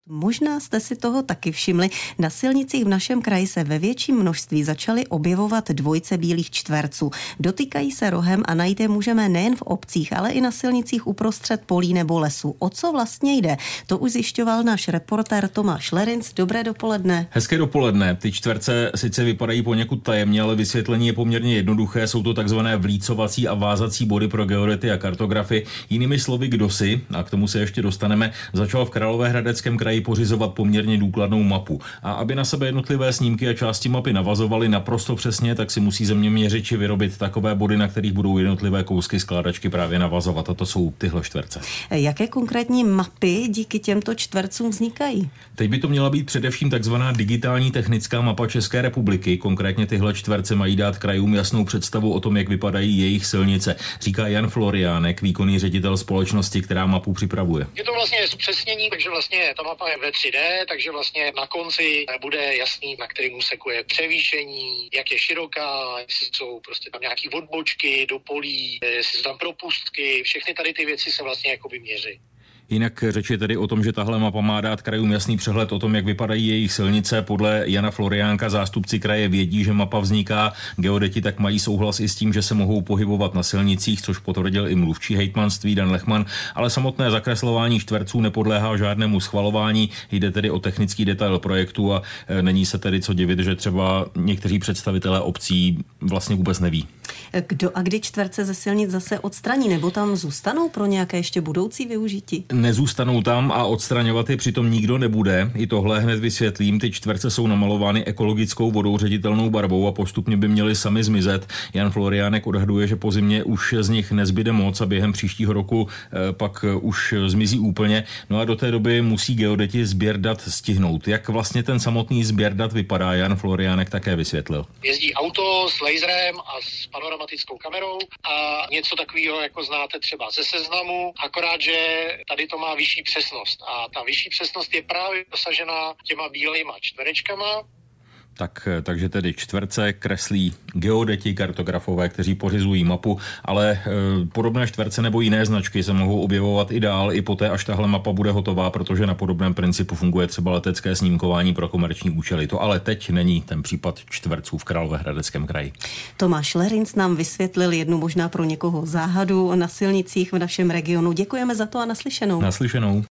Možná jste si toho taky všimli. Na silnicích v našem kraji se ve větším množství začaly objevovat dvojice bílých čtverců. Dotýkají se rohem a najít je můžeme nejen v obcích, ale i na silnicích uprostřed polí nebo lesů. O co vlastně jde? To už zjišťoval náš reportér Tomáš Lerinc. Dobré dopoledne. Hezké dopoledne. Ty čtverce sice vypadají poněkud tajemně, ale vysvětlení je poměrně jednoduché. Jsou to takzvané vlícovací a vázací body pro geodety a kartografy. Jinými slovy, kdosi, a k tomu se ještě dostaneme, začal v Královéhradeckém kraji pořizovat poměrně důkladnou mapu. A aby na sebe jednotlivé snímky a části mapy navazovaly naprosto přesně, tak si musí zeměměřiči vyrobit takové body, na kterých budou jednotlivé kousky skládačky právě navazovat. A to jsou tyhle čtverce. Jaké konkrétní mapy díky těmto čtvercům vznikají? Teď by to měla být především takzvaná digitální technická mapa České republiky. Konkrétně tyhle čtverce mají dát krajům jasnou představu o tom, jak vypadají jejich silnice, říká Jan Floriánek, výkonný ředitel společnosti, která mapu připravuje. Je to vlastně zpřesnění, takže vlastně ta mapa je ve 3D, takže vlastně na konci bude jasný, na kterém úseku je převýšení, jak je široká, jestli jsou prostě tam nějaký odbočky do polí, jestli jsou tam propustky, všechny tady ty věci se vlastně jakoby měří. Jinak řeč je tedy o tom, že tahle mapa má dát krajům jasný přehled o tom, jak vypadají jejich silnice. Podle Jana Floriánka zástupci kraje vědí, že mapa vzniká. Geodeti tak mají souhlas i s tím, že se mohou pohybovat na silnicích, což potvrdil i mluvčí hejtmanství Dan Lechman, ale samotné zakreslování čtverců nepodléhá žádnému schvalování. Jde tedy o technický detail projektu a není se tedy co divit, že třeba někteří představitelé obcí vlastně vůbec neví. Kdo a kdy čtverce ze silnic zase odstraní, nebo tam zůstanou pro nějaké ještě budoucí využití? Nezůstanou tam a odstraňovat je přitom nikdo nebude. I tohle hned vysvětlím. Ty čtverce jsou namalovány ekologickou vodou ředitelnou barvou a postupně by měly sami zmizet. Jan Floriánek odhaduje, že po zimě už z nich nezbyde moc a během příštího roku pak už zmizí úplně. No a do té doby musí geodeti sběr dat stihnout. Jak vlastně ten samotný sběr dat vypadá, Jan Floriánek také vysvětlil. Jezdí auto s laserem a s panoramatickou kamerou a něco takového, jako znáte třeba ze Seznamu, akorát, že tady to má vyšší přesnost a ta vyšší přesnost je právě dosažena těma bílejma čtverečkama. Takže tedy čtverce kreslí geodeti, kartografové, kteří pořizují mapu, ale podobné čtverce nebo jiné značky se mohou objevovat i dál, i poté, až tahle mapa bude hotová, protože na podobném principu funguje třeba letecké snímkování pro komerční účely. To ale teď není ten případ čtverců v Královéhradeckém kraji. Tomáš Lerinc nám vysvětlil jednu možná pro někoho záhadu na silnicích v našem regionu. Děkujeme za to a naslyšenou. Naslyšenou.